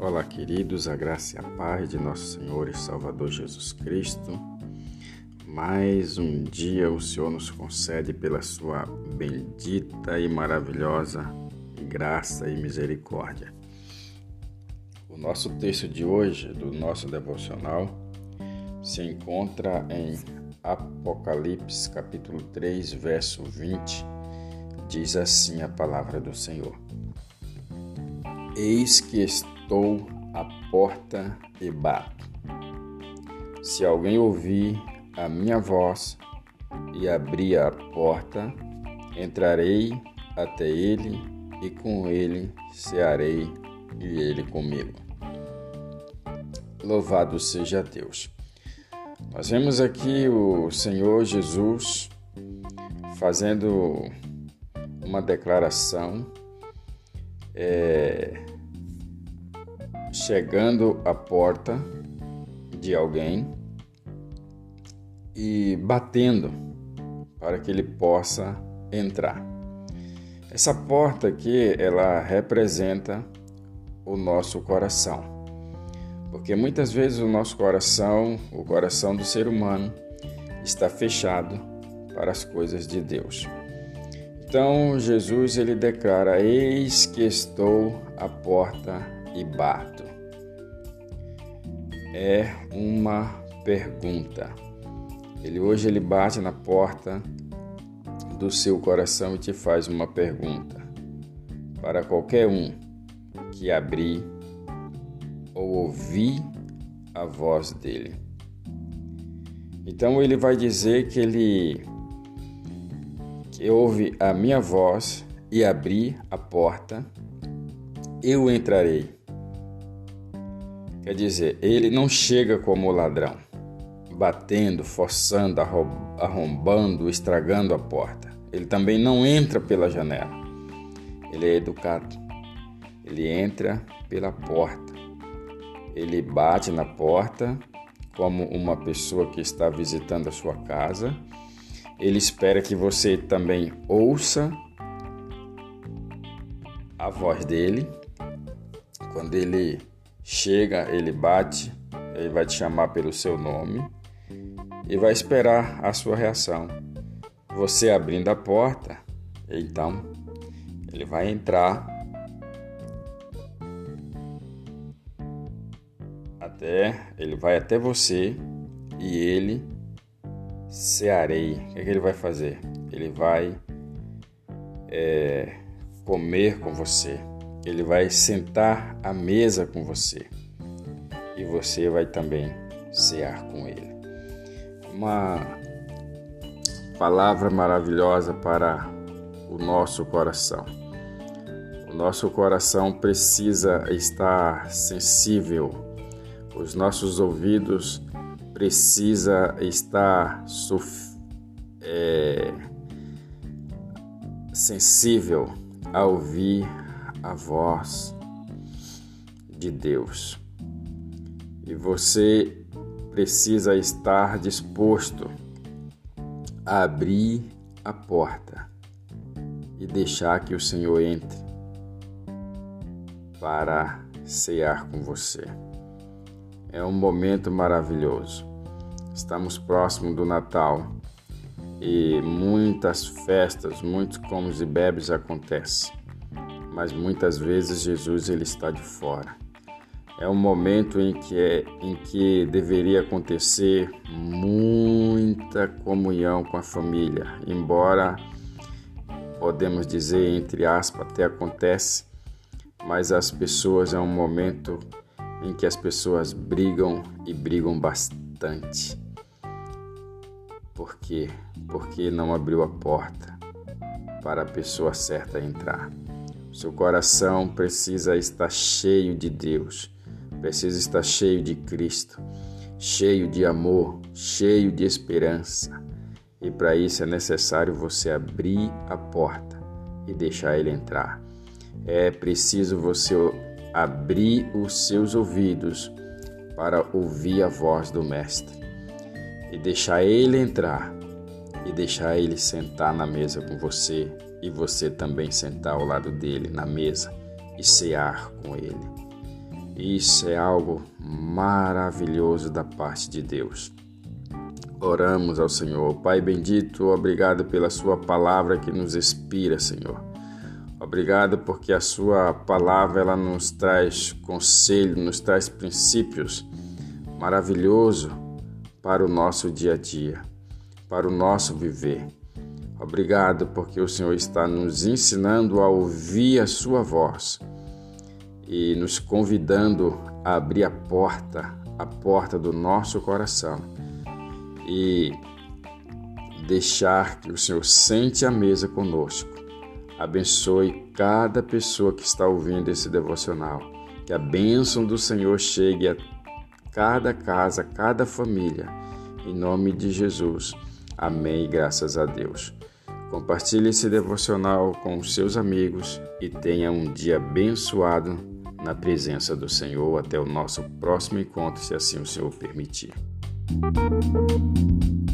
Olá, queridos, a graça e a paz de nosso Senhor e Salvador Jesus Cristo. Mais um dia o Senhor nos concede pela sua bendita e maravilhosa graça e misericórdia. O nosso texto de hoje, do nosso devocional, se encontra em Apocalipse, capítulo 3, verso 20. Diz assim a palavra do Senhor: Eis que estou à porta e bato. Se alguém ouvir a minha voz e abrir a porta, entrarei até ele e com ele cearei e ele comigo. Louvado seja Deus. Nós vemos aqui o Senhor Jesus fazendo uma declaração, chegando à porta de alguém e batendo para que ele possa entrar. Essa porta aqui, ela representa o nosso coração, porque muitas vezes o nosso coração, o coração do ser humano, está fechado para as coisas de Deus. Então Jesus ele declara: eis que estou à porta e bato. É uma pergunta. Hoje ele bate na porta do seu coração e te faz uma pergunta. Para qualquer um que abrir ou ouvir a voz dele. Então ele vai dizer que ouve a minha voz e abrir a porta, eu entrarei. Quer dizer, ele não chega como ladrão, batendo, forçando, arrombando, estragando a porta. Ele também não entra pela janela. Ele é educado. Ele entra pela porta. Ele bate na porta como uma pessoa que está visitando a sua casa. Ele espera que você também ouça a voz dele. Quando ele chega, ele bate, ele vai te chamar pelo seu nome e vai esperar a sua reação. Você abrindo a porta, então ele vai entrar ele vai até você e ele cearei. O que ele vai fazer? Ele vai comer com você. Ele vai sentar à mesa com você. E você vai também cear com ele. Uma palavra maravilhosa para o nosso coração. O nosso coração precisa estar sensível. Os nossos ouvidos precisam estar sensível a ouvir a voz de Deus. E você precisa estar disposto a abrir a porta e deixar que o Senhor entre para cear com você. É um momento maravilhoso. Estamos próximos do Natal e muitas festas, muitos comes e bebes acontecem. Mas muitas vezes Jesus ele está de fora. É um momento em que deveria acontecer muita comunhão com a família. Embora, podemos dizer, entre aspas, até acontece, mas as pessoas é um momento em que as pessoas brigam e brigam bastante. Por quê? Porque não abriu a porta para a pessoa certa entrar. Seu coração precisa estar cheio de Deus, precisa estar cheio de Cristo, cheio de amor, cheio de esperança. E para isso é necessário você abrir a porta e deixar ele entrar. É preciso você abrir os seus ouvidos para ouvir a voz do Mestre e deixar ele entrar e deixar ele sentar na mesa com você e você também sentar ao lado dele na mesa e cear com ele. Isso é algo maravilhoso da parte de Deus. Oramos ao Senhor. Pai bendito, obrigado pela sua palavra que nos inspira, Senhor. Obrigado porque a sua palavra ela nos traz conselho, nos traz princípios maravilhosos para o nosso dia a dia, para o nosso viver. Obrigado porque o Senhor está nos ensinando a ouvir a sua voz e nos convidando a abrir a porta do nosso coração e deixar que o Senhor sente à mesa conosco. Abençoe cada pessoa que está ouvindo esse devocional. Que a bênção do Senhor chegue a cada casa, a cada família. Em nome de Jesus. Amém. Graças a Deus. Compartilhe esse devocional com os seus amigos e tenha um dia abençoado na presença do Senhor. Até o nosso próximo encontro, se assim o Senhor permitir.